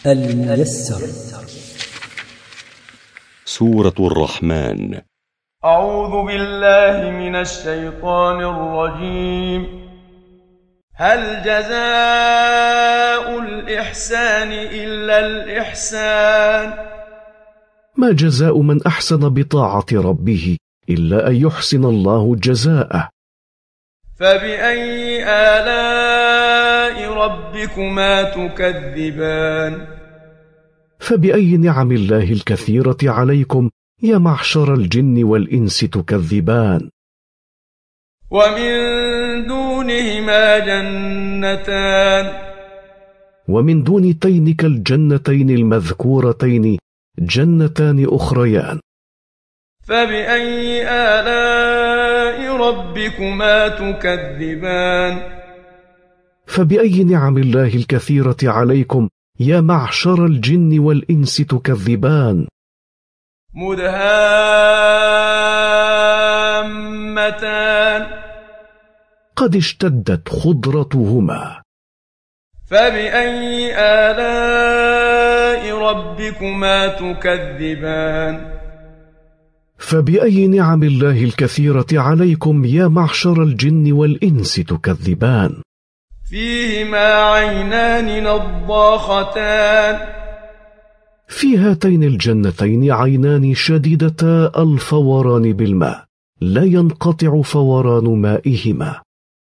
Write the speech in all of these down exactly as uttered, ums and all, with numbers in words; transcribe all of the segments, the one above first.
الميسر. سورة الرحمن. أعوذ بالله من الشيطان الرجيم. هل جزاء الإحسان إلا الإحسان؟ ما جزاء من أحسن بطاعة ربه إلا أن يحسن الله جزاءه. فبأي آلاء ربكما تكذبان؟ فبأي نعم الله الكثيرة عليكم يا معشر الجن والإنس تكذبان؟ ومن دونهما جنتان. ومن دون تينك الجنتين المذكورتين جنتان أخريان. فبأي آلاء ربكما تكذبان؟ فبأي نعم الله الكثيرة عليكم يا معشر الجن والإنس تكذبان؟ مدهامتان. قد اشتدت خضرتهما. فبأي آلاء ربكما تكذبان؟ فبأي نعم الله الكثيرة عليكم يا معشر الجن والإنس تكذبان؟ فيهما عينان نضاختان. في هاتين الجنتين عينان شديدتا الفوران بالماء لا ينقطع فوران مائهما.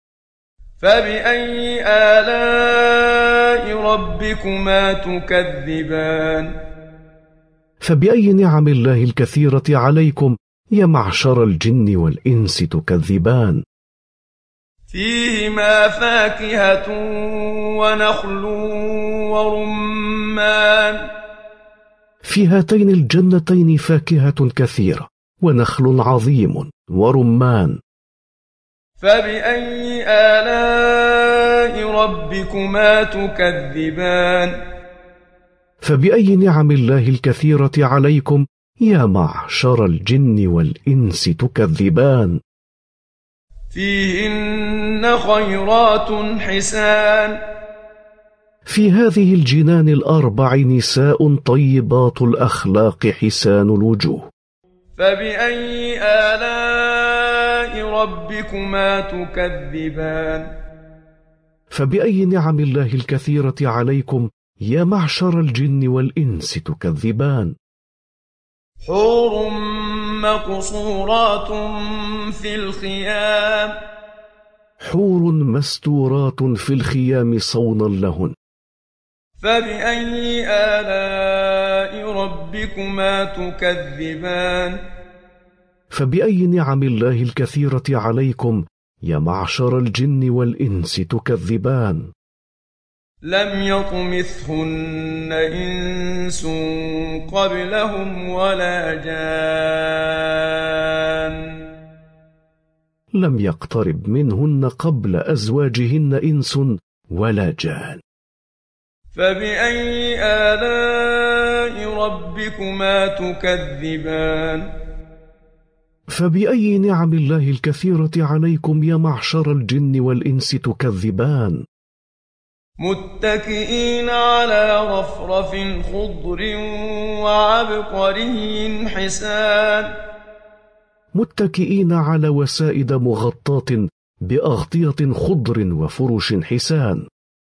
فبأي آلاء ربكما تكذبان؟ فبأي نعم الله الكثيرة عليكم يا معشر الجن والإنس تكذبان؟ فيهما فاكهة ونخل ورمان. في هاتين الجنتين فاكهة كثيرة ونخل عظيم ورمان. فبأي آلاء ربكما تكذبان؟ فبأي نعم الله الكثيرة عليكم يا معشر الجن والإنس تكذبان؟ فيهن خيرات حسان. في هذه الجنان الأربع نساء طيبات الأخلاق حسان الوجوه. فبأي آلاء ربكما تكذبان؟ فبأي نعم الله الكثيرة عليكم يا معشر الجن والإنس تكذبان؟ حور مقصورات في الخيام. حور مستورات في الخيام صونا لهن. فبأي آلاء ربكما تكذبان؟ فبأي نعم الله الكثيرة عليكم يا معشر الجن والإنس تكذبان؟ لم يطمثهن إنس قبلهم ولا جان. لم يقترب منهن قبل أزواجهن إنس ولا جان. فبأي آلاء ربكما تكذبان؟ فبأي نعم الله الكثيرة عليكم يا معشر الجن والإنس تكذبان؟ متكئين على رفرف خضر وعبقري حسان. متكئين على وسائد مغطاة بأغطية خضر وفرش حسان.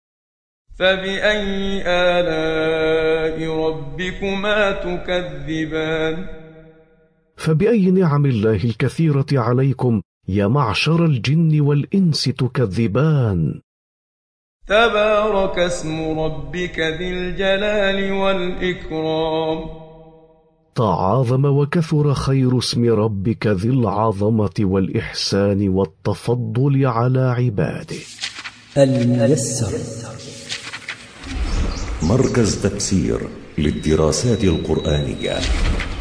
فبأي آلاء ربكما تكذبان؟ فبأي نعم الله الكثيرة عليكم يا معشر الجن والإنس تكذبان؟ تبارك اسم ربك ذي الجلال والإكرام. تعاظم وكثر خير اسم ربك ذي العظمة والإحسان والتفضل على عباده. الميسر. مركز تفسير للدراسات القرآنية.